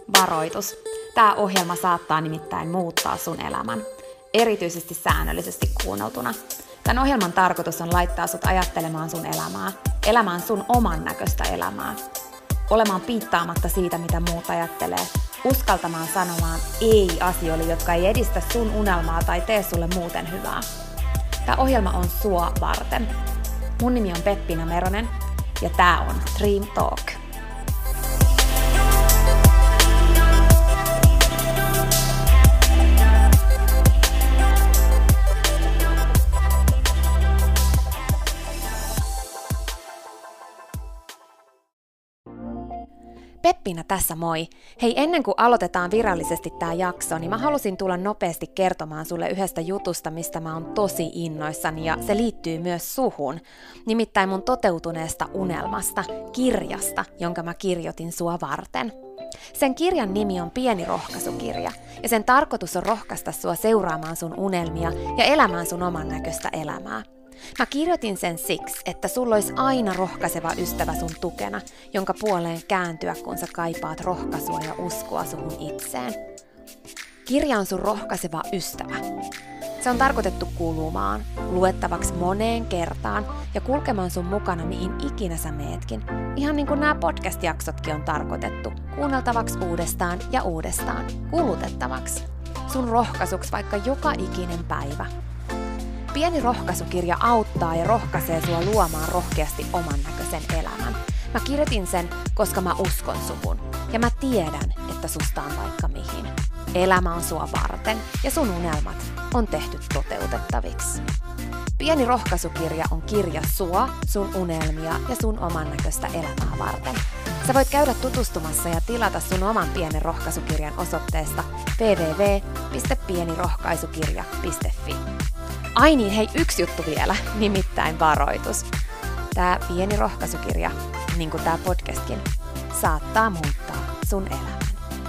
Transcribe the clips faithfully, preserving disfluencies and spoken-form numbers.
Varoitus. Tämä ohjelma saattaa nimittäin muuttaa sun elämän, erityisesti säännöllisesti kuunneltuna. Tämän ohjelman tarkoitus on laittaa sut ajattelemaan sun elämää, elämään sun oman näköistä elämää, olemaan piittaamatta siitä, mitä muut ajattelee, uskaltamaan sanomaan ei asioille, jotka ei edistä sun unelmaa tai tee sulle muuten hyvää. Tämä ohjelma on sua varten. Mun nimi on Peppina Meronen ja tää on Dream Talk. Peppina tässä moi! Hei, ennen kuin aloitetaan virallisesti tää jakso, niin mä halusin tulla nopeasti kertomaan sulle yhdestä jutusta, mistä mä oon tosi innoissani, ja se liittyy myös suhun. Nimittäin mun toteutuneesta unelmasta, kirjasta, jonka mä kirjoitin sua varten. Sen kirjan nimi on Pieni rohkaisukirja, ja sen tarkoitus on rohkaista sua seuraamaan sun unelmia ja elämään sun oman näköistä elämää. Mä kirjoitin sen siksi, että sulla olisi aina rohkaiseva ystävä sun tukena, jonka puoleen kääntyä, kun sä kaipaat rohkaisua ja uskoa suhun itseen. Kirja on sun rohkaiseva ystävä. Se on tarkoitettu kuulumaan, luettavaksi moneen kertaan ja kulkemaan sun mukana mihin ikinä sä meetkin. Ihan niin kuin nämä podcast-jaksotkin on tarkoitettu, kuunneltavaksi uudestaan ja uudestaan, kulutettavaksi. Sun rohkaisuksi vaikka joka ikinen päivä. Pieni rohkaisukirja auttaa ja rohkaisee sua luomaan rohkeasti oman näköisen elämän. Mä kirjoitin sen, koska mä uskon suhun. Ja mä tiedän, että susta on vaikka mihin. Elämä on sua varten ja sun unelmat on tehty toteutettaviksi. Pieni rohkaisukirja on kirja sua, sun unelmia ja sun oman näköistä elämää varten. Sä voit käydä tutustumassa ja tilata sun oman pienen rohkaisukirjan osoitteesta double-u double-u double-u piste pienirohkaisukirja piste fi. Ai niin, hei, yksi juttu vielä, nimittäin varoitus. Tää pieni rohkaisukirja, niin kuin tää podcastkin, saattaa muuttaa sun elämän.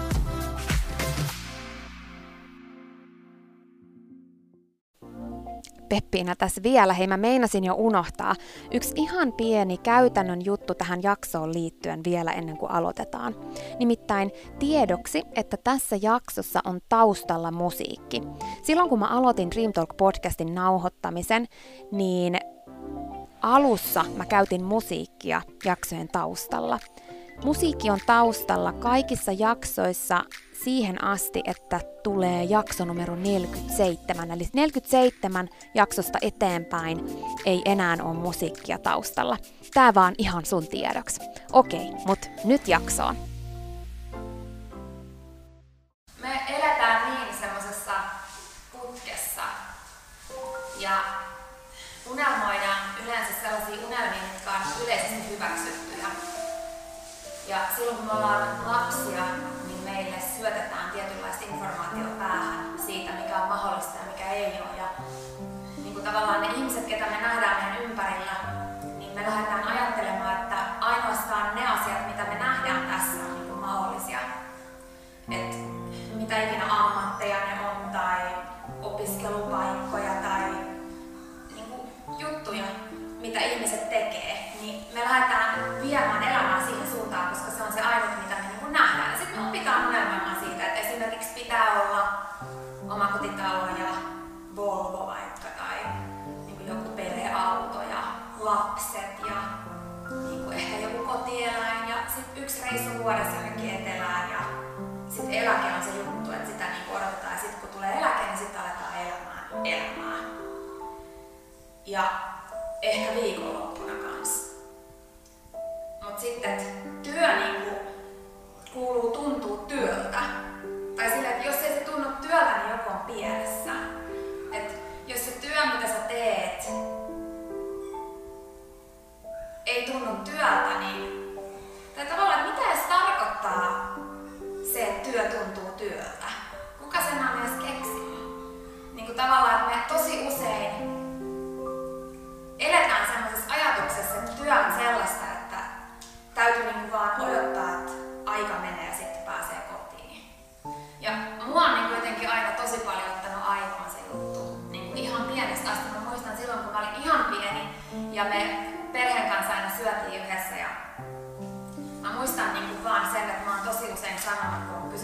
Peppiina tässä vielä, hei mä meinasin jo unohtaa. Yksi ihan pieni käytännön juttu tähän jaksoon liittyen vielä ennen kuin aloitetaan. Nimittäin tiedoksi, että tässä jaksossa on taustalla musiikki. Silloin kun mä aloitin Dream Talk-podcastin nauhoittamisen, niin alussa mä käytin musiikkia jaksojen taustalla. Musiikki on taustalla kaikissa jaksoissa siihen asti, että tulee jakso numero neljäkymmentäseitsemän. Eli neljäkymmentäseitsemän jaksosta eteenpäin ei enää ole musiikkia taustalla. Tää vaan ihan sun tiedoksi. Okei, mut nyt jaksoon. Me eletään niin semmosessa putkessa ja unelmoidaan yleensä sellaisia unelmia, jotka on yleisesti hyväksyttyjä. Ja silloin kun me ollaan lapsia, niin meille syötetään tietynlaista informaatiota päähän siitä, mikä on mahdollista ja mikä ei ole. Ja niin kuin tavallaan ne ihmiset, ketä me nähdään meidän ympärillä, niin me lähdetään ajattelemaan, että ainoastaan ne asiat, mitä me nähdään tässä, on niin kuin mahdollisia. Et mitä ikinä ammatteja ne on tai opiskelupaikkoja tai niin kuin juttuja, mitä ihmiset tekee, niin me lähdetään viemään elämää siihen suuntaan, koska se on se ainut, mitä me niin kuin nähdään. Ja sitten me opitaan unelmoimaan siitä, että esimerkiksi pitää olla omakotitalo ja Volvo vaikka tai niin kuin joku perheauto ja lapset ja niin kuin ehkä joku kotieläin ja sitten yksi reissu vuodessa jonnekin etelään ja sitten eläke on se juttu, että sitä niin kuin odotetaan ja sitten kun tulee eläke, niin sitten aletaan elämään elämää. Ja ehkä viikonloppuna kanssa. Mut sitten työ niinku kuuluu tuntuu työltä. Tai sillä, että jos ei se tunnu työltä, niin joku on pielessä. Et jos se työ, mitä sä teet, ei tunnu työltä, niin tai tavallaan, että mitä edes tarkoittaa se, että työ tuntuu työltä? Kuka sen on edes keksinyt? Niin kuin tavallaan, että me tosi usein eletään semmoisessa ajatuksessa, että työ on sellaista, että täytyy niinku vaan odottaa, että aika menee ja sitten pääsee kotiin. Ja mua on niinku jotenkin aina tosi paljon ottanut aikaan se juttu. Niinku ihan pienestä asti. Mä muistan silloin, kun mä olin ihan pieni ja me perheen kanssa aina syötiin yhdessä. Ja mä muistan niinku vaan sen, että mä oon tosi usein sanonut, kun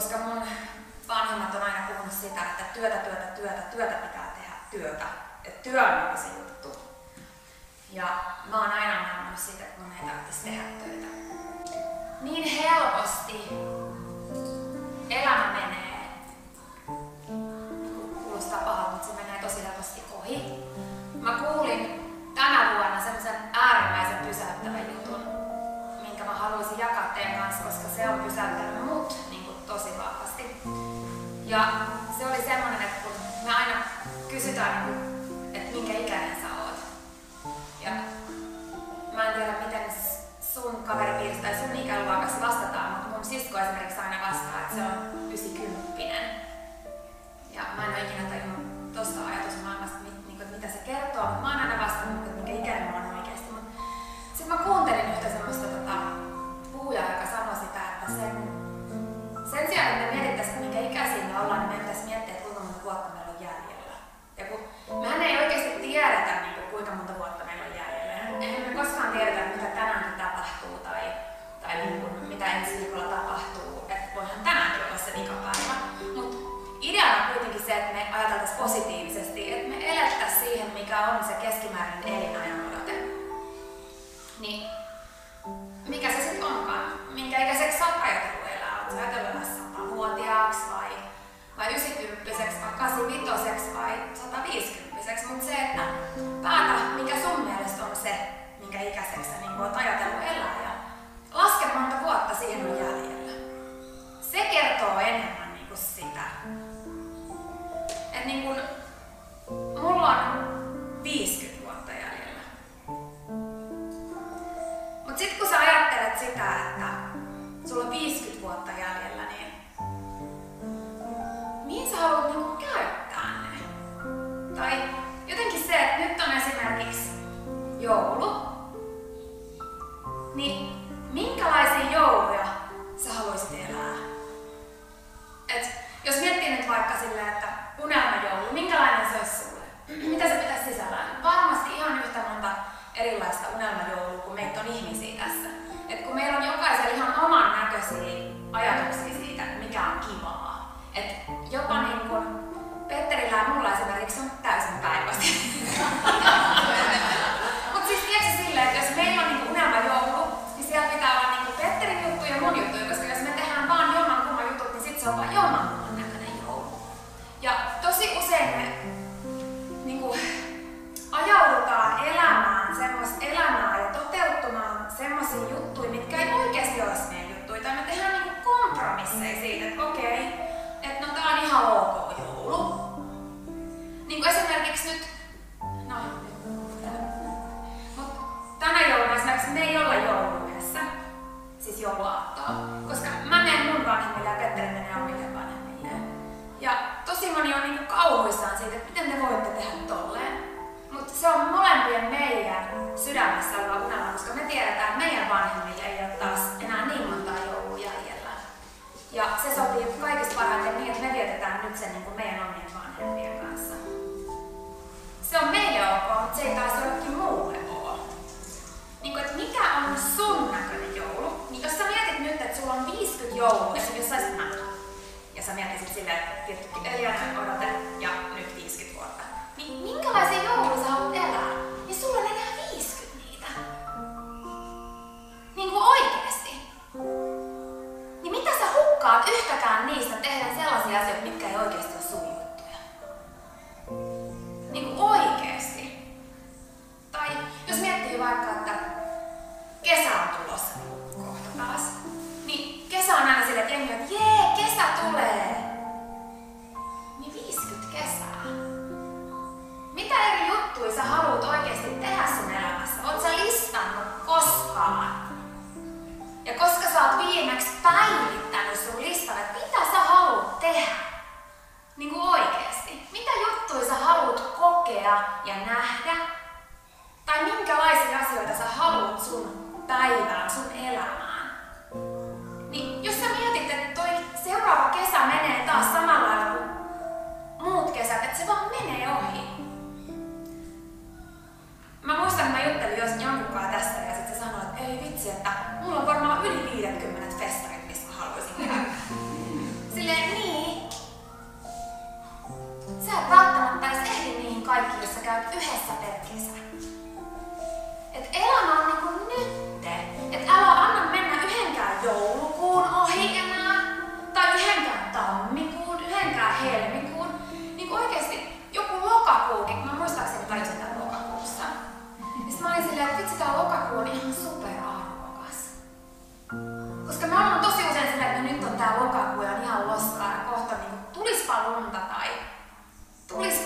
koska mun vanhemmat on aina puhunut sitä, että työtä, työtä, työtä, työtä pitää tehdä työtä. Että työ on niinku se juttu. Ja mä oon aina unelmoinut siitä, että mun ei tarvitsisi tehdä töitä. Niin helposti elämä menee, kuulostaa pahalta, mutta se menee tosi helposti ohi. Mä kuulin tänä vuonna semmoisen äärimmäisen pysäyttävän jutun, minkä mä haluaisin jakaa teidän kanssa, koska se on pysäyttänyt mut niin kuin tosi vahvasti. Ja se oli semmoinen, että kun me aina kysytään, että minkä ikäinen sä oot. Ja mä en tiedä, miten sun kaveripiiristä tai sun ikäluokassa vastataan, mutta mun sisko esimerkiksi aina vastaa, että se on yhdeksänkymppinen. Ja mä en ole ikinä tajunnut tosta ajatusmaailmasta, että mitä se kertoo, mutta mä oon aina vastannut, että mikä ikäinen mä oon oikeesti. Sitten mä kuuntelin yhtä semmoista tota, puhujaa, joka sanoi sitä, että sen, sen sijaan, että me mietittäisiin, minkä ikäisiä me ollaan, niin meidän pitäisi miettiä, että kuinka monta vuotta meillä on jäljellä. Ja kun mehän ei oikeasti tiedetä, niin kuin, kuinka monta vuotta meillä on jäljellä. Eihän me koskaan tiedetä, mitä tänään tapahtuu tai, tai niin kuin, mitä ensi viikolla tapahtuu. Että voihan tänäänkin olla se vikapäivä. Mutta ideana on kuitenkin se, että me ajateltaisiin positiivisesti, että me elettäisiin siihen, mikä on se keskimääräinen elinajan odote. Niin mikä se sitten onkaan? Minkä ikäiseksi sä oot ajatellut elää? Oot sä ajatellut elää satavuotiaaksi vai, vai yhdeksänkymmentävuotiaaksi vai kahdeksankymmentäviisi vai sataviisikymmentävuotiaaksi? Mutta se, että päätä, mikä sun mielestä on se, minkä ikäiseksi sä niin oot ajatellut elää ja laske monta vuotta siihen on jäljellä. Se kertoo enemmän niin kuin sitä. Et niin kun, mulla on viisikymmentä vuotta jäljellä. Mut sit kun sä ajattelet sitä, että sulla on viisikymmentä vuotta jäljellä, niin mihin sä haluat niinku käyttää ne? Tai jotenkin se, että nyt on esimerkiksi joulu, niin minkälaisia jouluja sä haluaisit elää? Et jos miettii nyt vaikka silleen, että unelmajoulu, minkälainen se olisi sulle? Mitä se pitäisi sisällään? Varmasti ihan yhtä monta erilaista unelmajoulua, kun meitä on ihmisiä tässä. Et kun meillä on jokaisella ihan oman näköisiä ajatuksia siitä, mikä on kivaa. Et jopa niin kuin Petterillä ja mulla esimerkiksi on täysin päinvastainen. Mut siis tiedätkö silleen, että jos meillä on niin unelmajoulu, niin siellä pitää olla niin Petterin juttu ja mun juttu, koska jos me tehdään vaan jomman kumman jutut, niin sit se on vaan jomman kumman näköinen joulu. Ja tosi usein me niin kuin, ajaudutaan elämään semmoista elämää ja toteuttamaan semmoisia juttuja, mitkä ei oikeasti ole meidän juttuja. Tai me tehdään niin kuin kompromisseja siitä, että okei, että no tää on ihan ok joulu. Niin kuin esimerkiksi nyt, no mut tänä jouluna esimerkiksi me ei olla joulu yhdessä, siis jouluaattoa, koska mä menen mun vanhemmille ja Petteri menee omille vanhemmilleen. Ja tosi moni on niinku kauhuissaan siitä, että miten te voitte tehdä tolleen. Mutta se on molempien meidän sydämessä oleva unelma, koska me tiedetään, että meidän vanhemmille ei ole taas enää niin montaa joulua jäljellä. Ja se sopii kaikista parhaiten niin, että me vietetään nyt sen niin kuin meidän omien vanhempien kanssa. Se on meille ok, mutta se ei taas jollekin muulle ole. Niin kuin, että mikä on sun näköinen joulu? Niin jos sä mietit nyt, että sulla on viisikymmentä joulua, esimerkiksi jos saisit nähdä, ja sä mietisit silleen, että tietysti elinajan odote ja nyt viisikymmentä vuotta. Niin minkälaisia jouluja sä haluat elää? Niin sulla on enää viisikymmentä niitä. Niin kuin oikeesti. Niin mitä sä hukkaat yhtäkään niistä tehdä sellaisia asioita, mitkä ei oikeesti ole sun juttuja? Niin kuin oikeesti. Tai jos miettii vaikka, että kesä on tulossa kohta taas. Niin kesä on aina silleen, että jengi on, että jee, kesä tulee. Niin viisikymmentä kesää. Mitä eri juttuja sä haluat oikeesti tehdä sun elämässä? Oot sä listannut koskaan? Ja koska sä oot viimeksi päivittänyt sun listan, että mitä sä haluat tehdä?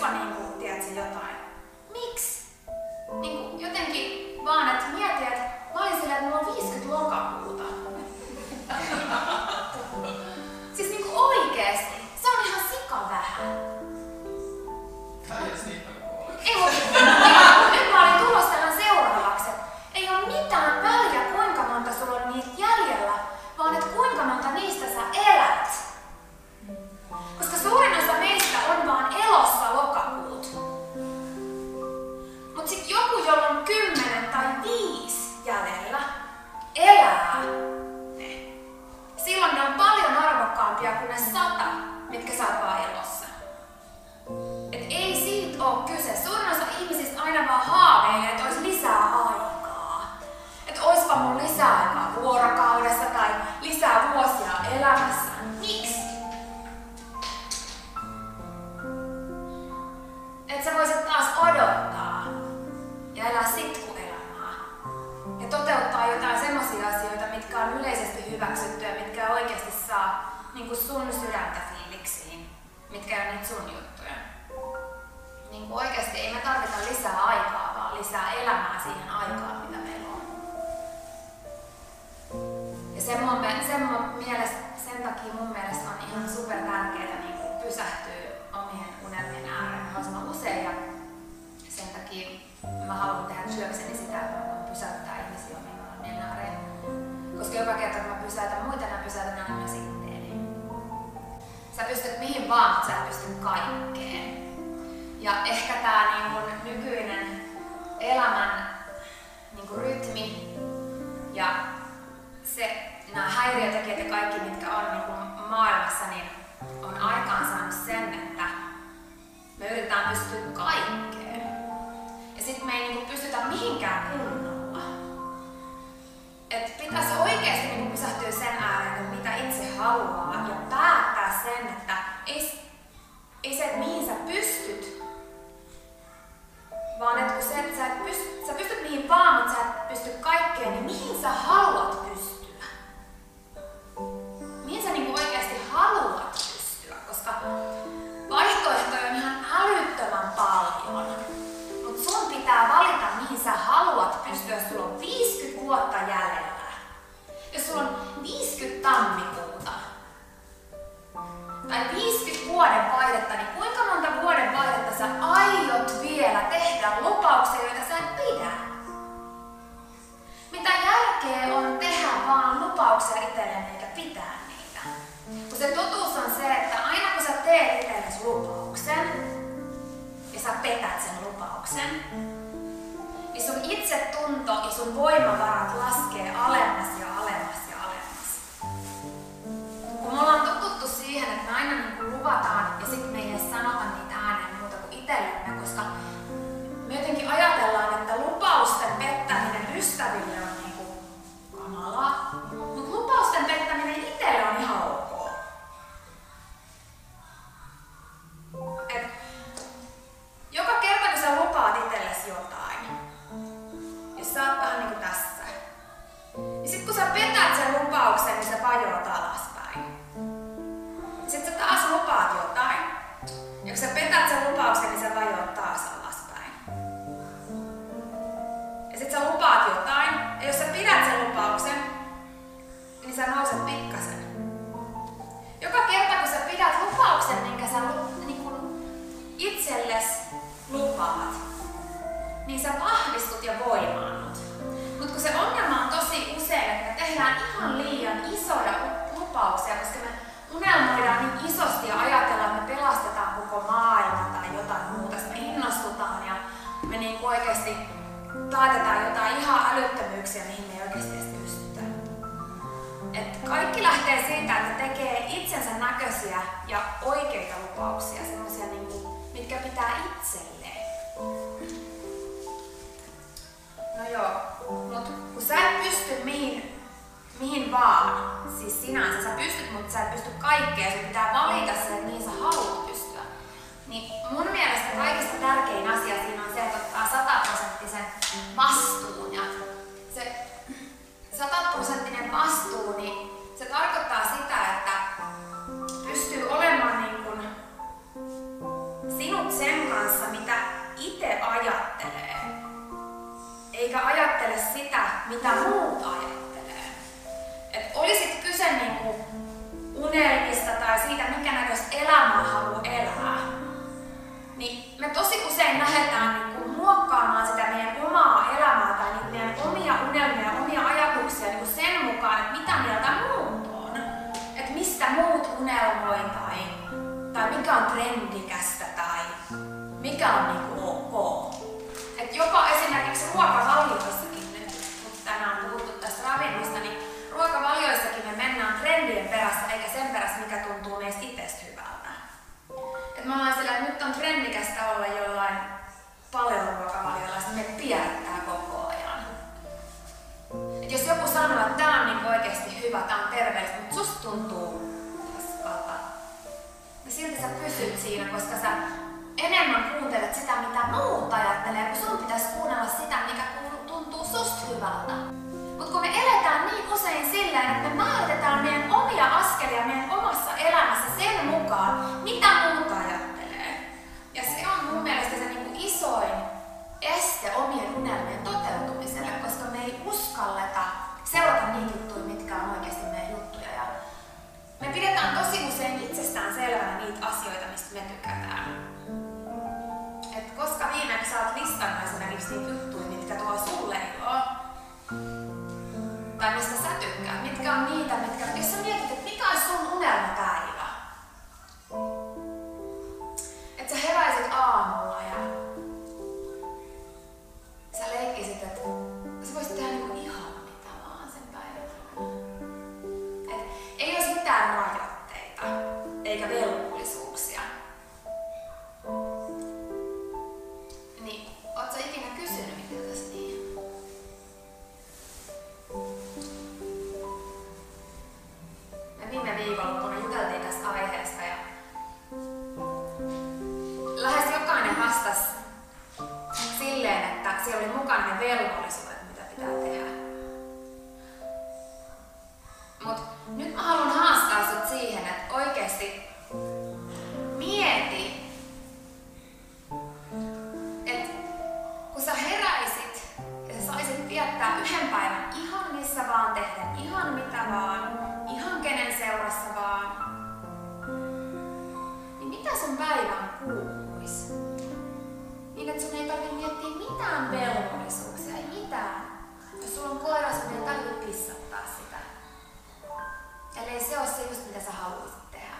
oispa niinku, tiedätkö, jotain. Miksi? Niinku jotenkin vaan, että mieti, että mä olin silleen, että mulla on viisikymmentä lokakuuta. Siis niinku oikeesti, se on ihan sika vähän. Ei, mutta nyt mä olin tulossa tähän seuraavaksi, että ei ole mitään väliä kuinka monta sulla on niitä jäljellä, vaan että kuinka monta niistä sä elät. Koska suurin osa meistä on vaan elossa lokakuut. Mut sit joku, jolla on kymmenen tai viisi jäljellä, elää ne. Silloin ne on paljon arvokkaampia kuin ne sata, mitkä sä oot vaan elossa. Et ei siitä oo kyse. Suurin osa ihmisistä aina vaan haaveilee, että ois lisää aikaa. Että oispa mun lisää aikaa vuorokaudessa tai lisää vuosia elämässä. Miksi? Että sä voisit taas odottaa ja elää sitkuelämää. Ja toteuttaa jotain semmosia asioita, mitkä on yleisesti hyväksyttyä, mitkä oikeasti saa niinku sun sydäntä fiiliksiin, mitkä on niitä sun juttuja. Niin oikeasti ei me tarvita lisää aikaa, vaan lisää elämää siihen aikaan, mitä meillä on. Ja sen, mun, sen, mun mielestä, sen takia mun mielestä on ihan super tärkeää niin pysähtyä omien unelmien ääreen mahdollisimman usein. Ja sen takia mä haluan tehdä työkseni sitä, että mä voin pysäyttää ihmisiä omien unelmien ääreen. Koska joka kerta kun mä pysäytän muita, mä pysäytän aina myös itteeni. Sä pystyt mihin vaan, mutta sä et pysty kaikkeen. Ja ehkä tää niin kun nykyinen elämän niin kun rytmi ja se, nämä häiriötekijät ja kaikki, mitkä on niin kun maailmassa, niin on aikaansaanut sen, että me yritetään pystyä kaikkeen. Ja sit me ei niin kun pystytä mihinkään kunnolla. Et pitäisi oikeesti niin kun pysähtyä sen ääreen, että mitä itse haluaa ja päättää sen, että ei, ei se, että mihin sä pystyt, vaan että kun se, että sä, et pyst, sä pystyt mihin vaan, mutta sä et pysty kaikkeen, niin mihin sä haluat pystyä? Mihin sä niinku oikeasti haluat pystyä? Koska vaihtoehtoja on ihan älyttömän paljon. Mut sun pitää valita, mihin sä haluat pystyä, jos sulla on viisikymmentä vuotta jäljellä. Jos sulla on viisikymmentä tammikuuta tai viisikymmentä vuoden vaihdetta, niin kuinka monta vuoden vaihdetta sä aiot vielä tehdä lupauksia, joita sä et pidä? Mitä järkeä on tehdä vaan lupauksia itselleen eikä pitää niitä? Kun se totuus on se, että aina kun sä teet itsellesi lupauksen ja sä petät sen lupauksen, niin sun itsetunto ja sun voimavarat laskee alemmas ja alemmas ja alemmas. Kun me ollaan totuttu siihen, että me aina niin kuin luvataan ja sitten me ei edes sanota niitä ääneen muuta kuin itsellemme, koska me jotenkin ajatellaan, että lupausten pettäminen ystäville on niin kuin kamalaa, mutta lupausten pettäminen itselle on ihan ok. Et joka kerta kun sä lupaat itsellesi jotain, jos sä oot vähän niin kuin tässä, niin sit kun sä petät sen lupauksen, niin sä vajoat alaspäin. Sit sä taas lupaat jotain, ja kun sä petät sen lupauksen, niin sä vajoat taas alaspäin. Ja sit sä lupaat jotain, ja jos sä pidät sen lupauksen, niin sä nouset pikkasen. Joka kerta kun sä pidät lupauksen, minkä sä niin kun itselles lupaat, niin sä vahvistut ja voimaannut. Mut kun se ongelma on tosi usein, että me tehdään ihan liian isoja lupauksia, koska me unelmoidaan niin isosti ja ajatellaan, että me pelastetaan koko maailma tai jotain muuta. Sitten me innostutaan ja me niin oikeasti taatetaan jotain ihan älyttömyyksiä, mihin me ei oikeasti edes pystytä. Et kaikki lähtee siitä, että tekee itsensä näköisiä ja oikeita lupauksia, semmoisia, niinku, mitkä pitää itselleen. No joo, mut kun sä et pysty mihin, mihin vaan, siis sinänsä sä pystyt, mutta sä et pysty kaikkeen, sun pitää valita se, että mihin sä haluat pystyä. Niin mun mielestä kaikista tärkein asia siinä on se, että ottaa sataprosenttisen vastuun. Ja se sataprosenttinen vastuu, niin se tarkoittaa sitä, että pystyy olemaan niin kuin sinut sen kanssa, mitä muut ajattelee. Et olisit kyse niinku unelmista tai siitä, minkä näköistä elämää haluaa elää, niin me tosi usein lähdetään niinku muokkaamaan sitä meidän omaa elämää tai niitä meidän omia unelmia ja omia ajatuksia niinku sen mukaan, että mitä mieltä muut on. Että mistä muut unelmoi tai, tai mikä on trendikästä tai mikä on niinku ok. Et jopa esimerkiksi ruokavalioissakin nyt, kun tänään on puhuttu tästä ravinnosta, niin ruokavalioissakin me mennään trendien perässä eikä sen perässä, mikä tuntuu meistä itsestä hyvältä. Et me ollaan sillä, että nyt on trendikästä olla jollain paljon ruokavaliolla ja me pierrättää koko ajan. Et jos joku sanoo, että tää on niinku oikeesti hyvä, tää on terveellistä, mutta susta tuntuu paskalta, niin silti sä pysyt siinä, koska sä enemmän kuuntelet sitä, mitä muut ajattelee, kun sun pitäisi kuunnella sitä, mikä tuntuu susta hyvältä. Mutta kun me eletään niin usein silleen, että me määritetään meidän omia askelia meidän omassa elämässä sen mukaan, mitä muut ajattelee. Ja se on mun mielestä se niinku isoin este omien unelmien toteutumiselle, koska me ei uskalleta seurata niitä juttuja, mitkä on oikeasti meidän juttuja. Ja me pidetään tosi usein itsestään selvänä niitä asioita, mistä me tykätään. Et koska viimeksi sä oot listannut esimerkiksi niitä juttuja, mitkä tuo sulle iloa, tai mistä sä tykkäät, mitkä on niitä, mitkä, jos sä mietit, että mikä olisi sun unelmapäivä. Että sä heräisit aamulla ja sä leikkisit, että sä voisit tehdä niinku ihan mitä vaan sen päivän. Et ei olisi mitään rajoitteita, eikä velvollisuuksia. Niin, oot sä ikinä kysynyt itseltäsi niin? Me viime viikonloppuna juteltiin tästä aiheesta ja lähes jokainen vastasi silleen, että siellä oli mukana ne velvollisuudet, mitä pitää tehdä. Mut nyt mä haluan haastaa sut siihen, että oikeesti mieti, että kun sä heräisit ja sä saisit viettää yhden päivän ihan missä vaan, tehdä ihan mitä vaan, ihan kenen seurassa vaan, niin mitä sun päivään kuuluisi? Niin että sun ei tarvitse miettiä mitään velvollisuuksia, ei mitään. Jos sulla on koira, sun ei tarvitse pissattaa sitä. Ellei se ole se just mitä sä haluaisit tehdä.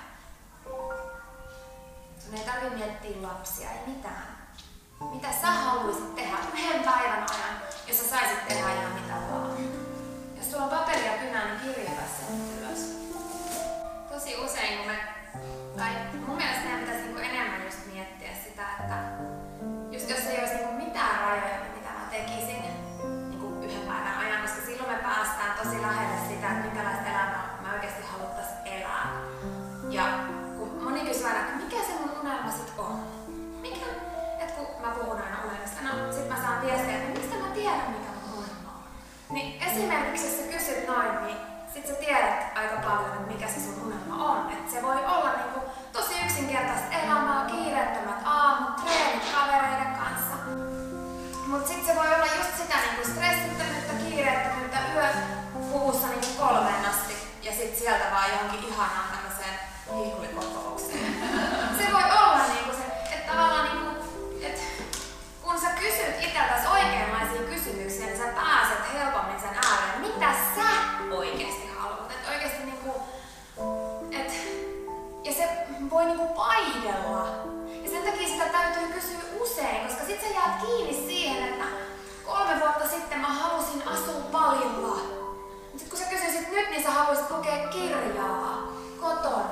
Sun ei tarvitse miettiä lapsia, ei mitään. Mitä sä haluaisit tehdä yhden päivän ajan, jos sä saisit tehdä ihan mitä vaan. Jos sulla on paperia kynää, niin kirjoita sen ylös. Tosi usein, kun me, tai mun mielestä meidän pitäisi niinku enemmän just miettiä sitä, että just jos ei olisi niinku mitään rajoja, mitä mä tekisin niinku yhden päivän ajan, koska silloin me päästään tosi lähelle sitä, että minkälaista elämää me oikeasti haluttais elää. Ja kun moni kysyy aina, että mikä se mun unelma sit on? Mikä? Et kun mä puhun aina unelmista, no sit mä saan viestiä, että mistä mä tiedän mikä mun unelma on. Niin esimerkiksi jos sä kysyt noin, niin sit sä tiedät aika paljon, että mikä se sun unelma on. Et se voi olla niinku tosi yksinkertaista elämää, kiireettömät aamut, treenit kavereiden kanssa. Mut sit se voi olla just sitä niinku stressittömyyttä, kiireettömyyttä, yöt puvussa niinku kolmeen asti ja sit sieltä vaan johonkin ihanaan tämmöiseen hiihkulikokoukseen. Se voi olla niinku se, että tavallaan niinku, et kun sä kysyt itseltäsi oikeanlaisia kysymyksiä, niin sä pääset helpommin sen ääreen, mitä sä oikeesti haluat. Et oikeesti niinku, et, ja se voi niinku vaihdella. Ja sen takia sitä täytyy kysyä usein, koska sit sä jäät kiinni siihen, että kolme vuotta sitten mä halusin asua Balilla. Mut sit kun sä kysyisit nyt, niin sä haluaisit lukea kirjaa kotona.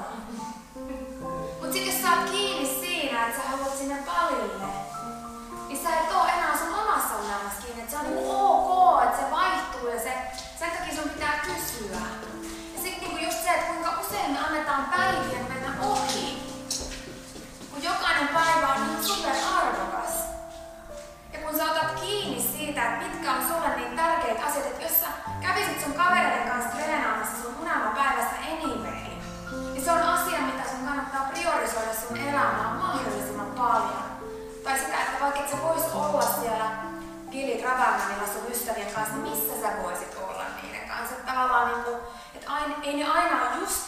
Mut sit jos sä oot kiinni siinä, että sä haluat sinne Balille, niin sä et oo enää sun omassa unelmassa kiinni. Et se on niinku ok, että se vaihtuu ja se, sen takia sun pitää kysyä. Ja sit niinku just se, että kuinka usein me annetaan päivien mennä ohi. Kun jokainen päivä on niin super arvokas. Ja kun sä otat kiinni siitä, että mitkä on sulle niin tärkeitä asioita, että jos sä kävisit sun kavereiden kanssa treenaamassa sun unelmapäivästä anyway, niin se on asia, mitä sun kannattaa priorisoida sun elämään mahdollisimman paljon. Tai sitä, että vaikka et sä vois olla siellä Gili Gravarmanilla sun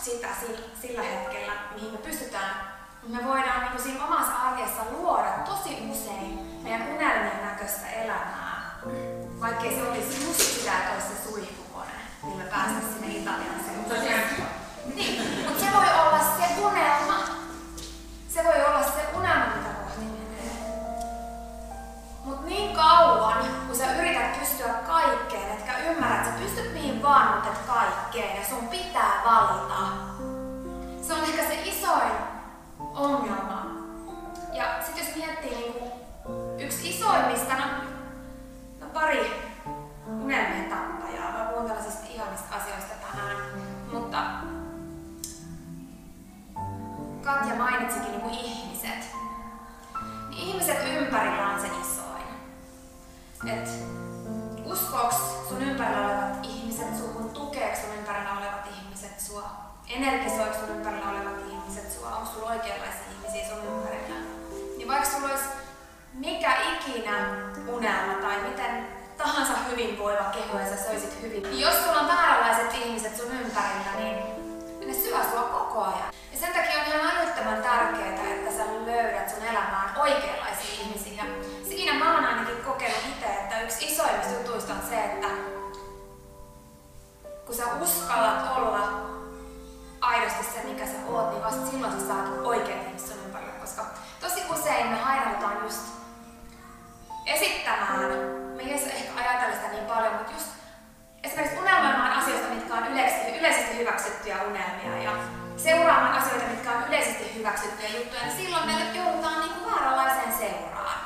sitä sillä hetkellä, mihin me pystytään. Me voidaan niin kuin siinä omassa arjessa luoda tosi usein meidän unelmien näköistä elämää. Vaikkei se olisi just sitä, että olisi se suihkukone, niin me päästäisiin sinne Italiaan sen. Niin, mutta se voi olla se unelma. Se voi olla se unelma, mitä kohti menee. Mut niin kauan, kun sä yrität pystyä kaikkeen, etkä ymmärrät, että sä pystyt mihin vaan, mutta et kaikkeen ja sun pitää valita. Se on ehkä se isoin ongelma. Ja sit jos miettii niinku yksi isoimmista, no, no pari unelmien tappajaa. Mä puhun tällaisista ihanista asioista tänään, mutta Katja mainitsikin niinku ihmiset. Niin ihmiset ympärillä on se isoin. Et uskooks sun ympärillä olevat ihmiset suhun, tukeeks sun ympärillä olevat ihmiset sua, energisoiks sun ympärillä olevat ihmiset sua, onko sulla oikeanlaisia ihmisiä sun ympärillä. Niin vaikka sulla olisi mikä ikinä unelma tai miten tahansa hyvinvoiva keho ja sä söisit hyvin, niin jos sulla on vääränlaiset ihmiset sun ympärillä, niin ne syö sua koko ajan. Ja sen takia on ihan älyttömän tärkeää, että sä löydät sun elämään oikeanlaisia ihmisiä. Siinä mä oon ainakin kokenut itse, että yksi isoimmista jutuista on se, että kun sä uskallat olla aidosti se, mikä sä oot, niin vasta silloin sä saat oikeat ihmiset sun ympärillä. Koska tosi usein me hairautaan just esittämään, me ei ehkä ajatella sitä niin paljon, mutta just esimerkiksi unelmoimaan asioista, mitkä on yleisesti, yleisesti hyväksyttyjä unelmia ja seuraamaan asioita, mitkä on yleisesti hyväksyttyjä juttuja, niin silloin me joudutaan niin kuin vääränlaiseen seuraan.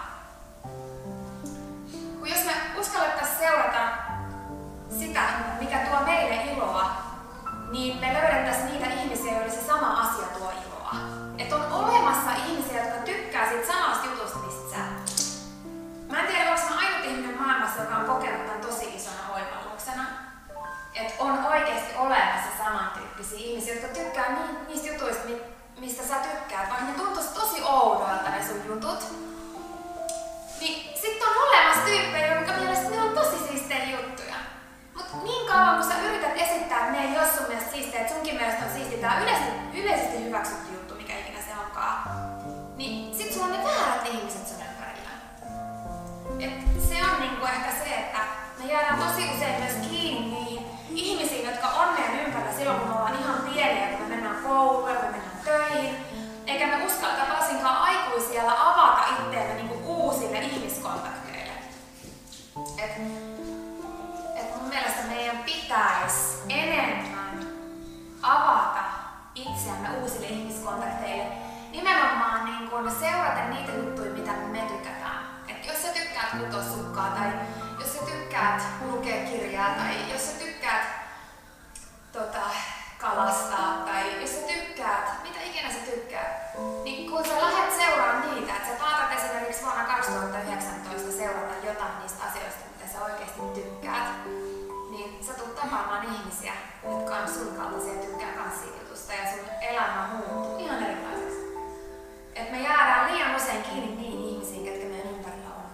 Kun jos me uskallettaisiin seurata sitä, mikä tuo meille iloa, niin me löydettäisiin niitä ihmisiä, joille se sama asia tuo iloa. Että on olemassa ihmisiä, jotka tykkää siitä samasta jutusta, mistä sä. Mä en tiedä, onko mä ainut ihminen maailmassa, joka on kokenut tämän tosi isona oivalluksena. Että on oikeasti olemassa samantyyppisiä ihmisiä, jotka tykkää niistä jutuista, mistä sä tykkäät. Vaikka ne tuntuisi tosi oudoilta ne sun jutut, niin sitten on olemassa tyyppejä, jotka mielestä ne on tosi siistejä juttuja. Mutta niin kauan kun sä yrität esittää, että ne ei ole sun mielestä siistejä, että sunkin mielestä on siistiä tää yleisesti, yleisesti hyväksytty juttu, mikä ikinä se onkaan, niin sit sulla on ne väärät ihmiset sun ympärillä. Et se on niinku ehkä se, että me jäädään tosi usein myös kiinni niihin ihmisiin, jotka on meidän ympärillä silloin, kun me ollaan ihan pieniä, kun me mennään kouluun, kun me mennään töihin. Eikä me uskalta varsinkaan aikuisiellä avata itseämme niinku uusille ihmiskontakteille. Et, et mun mielestä meidän pitäisi enemmän avata itseämme uusille ihmiskontakteille. Nimenomaan niin kun seurata niitä juttuja, mitä me tykätään. Et jos sä tykkäät kutoa sukkaa tai jos sä tykkäät lukea kirjaa tai jos sä tykkäät tota, kalastaa tai jos sä tykkäät, mitä ikinä sä tykkäät, niin kun sä lähdet seuraamaan niitä, että sä päätät esimerkiksi vuonna kaksituhattayhdeksäntoista seurata jotain niistä asioista, mitä sä oikeasti tykkäät, niin sä tulet tapaamaan ihmisiä, jotka on sun kaltaisia ja tykkää kans siitä jutusta ja sun elämä muuttuu ihan erilaiseksi. Et me jäädään liian usein kiinni niihin ihmisiin, ketkä meidän ympärillä on.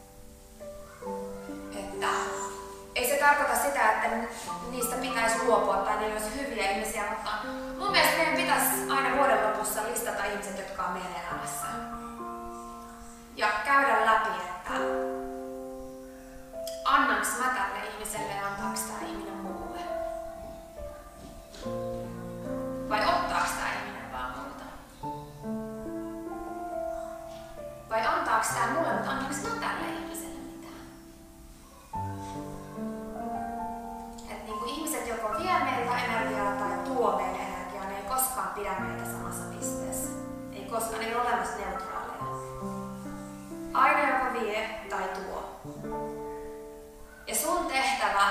Että ei se tarkoita sitä, että niistä pitäisi luopua tai ne olisi hyviä ihmisiä, mutta mun mielestä meidän pitäisi aina vuoden lopussa listata ihmiset, jotka on meidän elämässä. Ja käydä läpi, että annaks mä tälle ihmiselle ja antaaks tää ihminen muulle? Vai ottaaks tää ihminen vaan multa? Vai antaaks tää mulle, mutta antaaks mä tälle ihmiselle mitään? Et niinku ihmiset joko vie meiltä energiaa tai tuo meille energiaa, ne ei koskaan pidä meitä samassa pisteessä. Ei koskaan, ei ole olemassa neutraaleja. Aina joko vie tai tuo. Ja sun tehtävä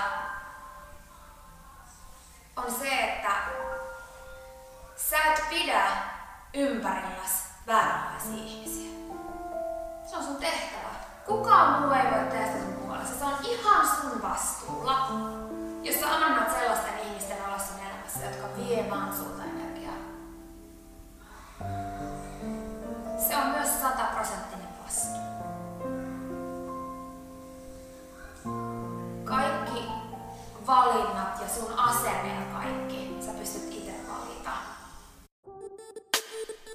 on se, että sä et pidä ympärilläsi vääränlaisia ihmisiä. Se on sun tehtävä. Kukaan muu ei voi tehdä sitä sun puolesta. Se on ihan sun vastuulla, jos sä annat sellaisten ihmisten olla sun elämässä, jotka vie vaan sulta energiaa. Se on myös sataprosenttinen vastuu. Kaikki valinnat ja sun asenne ja kaikki, sä pystyt itse valita.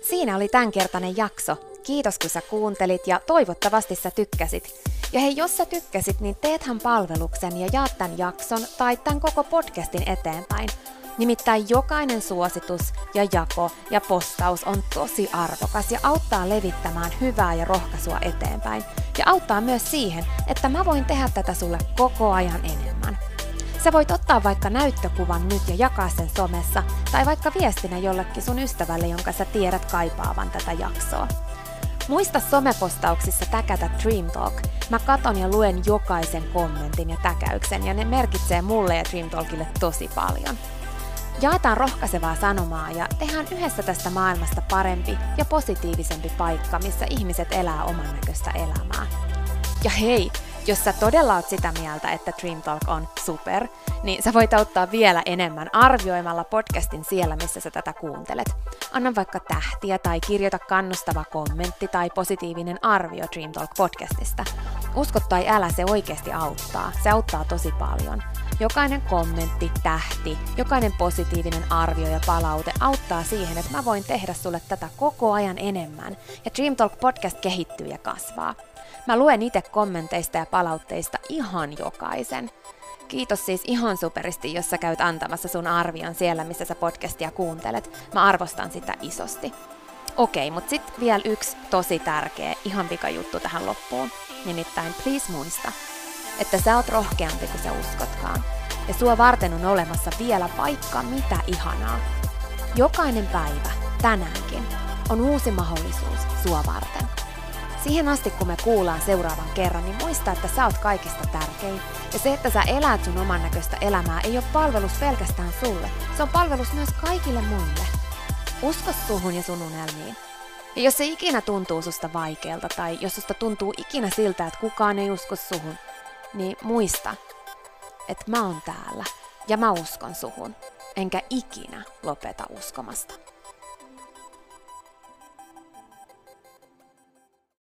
Siinä oli tämänkertainen jakso. Kiitos kun sä kuuntelit ja toivottavasti sä tykkäsit. Ja hei, jos sä tykkäsit, niin teethän palveluksen ja jaat tämän jakson tai tämän koko podcastin eteenpäin. Nimittäin jokainen suositus ja jako ja postaus on tosi arvokas ja auttaa levittämään hyvää ja rohkaisua eteenpäin. Ja auttaa myös siihen, että mä voin tehdä tätä sulle koko ajan enemmän. Sä voit ottaa vaikka näyttökuvan nyt ja jakaa sen somessa, tai vaikka viestinä jollekin sun ystävälle, jonka sä tiedät kaipaavan tätä jaksoa. Muista somepostauksissa täkätä Dream Talk. Mä katon ja luen jokaisen kommentin ja täkäyksen, ja ne merkitsee mulle ja Dream Talkille tosi paljon. Jaetaan rohkaisevaa sanomaa ja tehdään yhdessä tästä maailmasta parempi ja positiivisempi paikka, missä ihmiset elää oman näköistä elämää. Ja hei, jos sä todella oot sitä mieltä, että Dream Talk on super, niin sä voit auttaa vielä enemmän arvioimalla podcastin siellä, missä sä tätä kuuntelet. Anna vaikka tähtiä tai kirjoita kannustava kommentti tai positiivinen arvio Dream Talk podcastista. Usko tai älä, se oikeasti auttaa. Se auttaa tosi paljon. Jokainen kommentti, tähti, jokainen positiivinen arvio ja palaute auttaa siihen, että mä voin tehdä sulle tätä koko ajan enemmän. Ja Dream Talk podcast kehittyy ja kasvaa. Mä luen itse kommenteista ja palautteista ihan jokaisen. Kiitos siis ihan superisti, jos sä käyt antamassa sun arvion siellä, missä sä podcastia kuuntelet. Mä arvostan sitä isosti. Okei, mut sit vielä yksi tosi tärkeä, ihan pika juttu tähän loppuun. Nimittäin please muista, että sä oot rohkeampi kuin sä uskotkaan. Ja sua varten on olemassa vielä vaikka mitä ihanaa. Jokainen päivä, tänäänkin, on uusi mahdollisuus sua varten. Siihen asti, kun me kuullaan seuraavan kerran, niin muista, että sä oot kaikista tärkein. Ja se, että sä elät sun oman näköistä elämää, ei ole palvelus pelkästään sulle. Se on palvelus myös kaikille muille. Usko suhun ja sun unelmiin. Ja jos se ikinä tuntuu susta vaikealta, tai jos susta tuntuu ikinä siltä, että kukaan ei usko suhun, niin muista, että mä oon täällä ja mä uskon suhun, enkä ikinä lopeta uskomasta.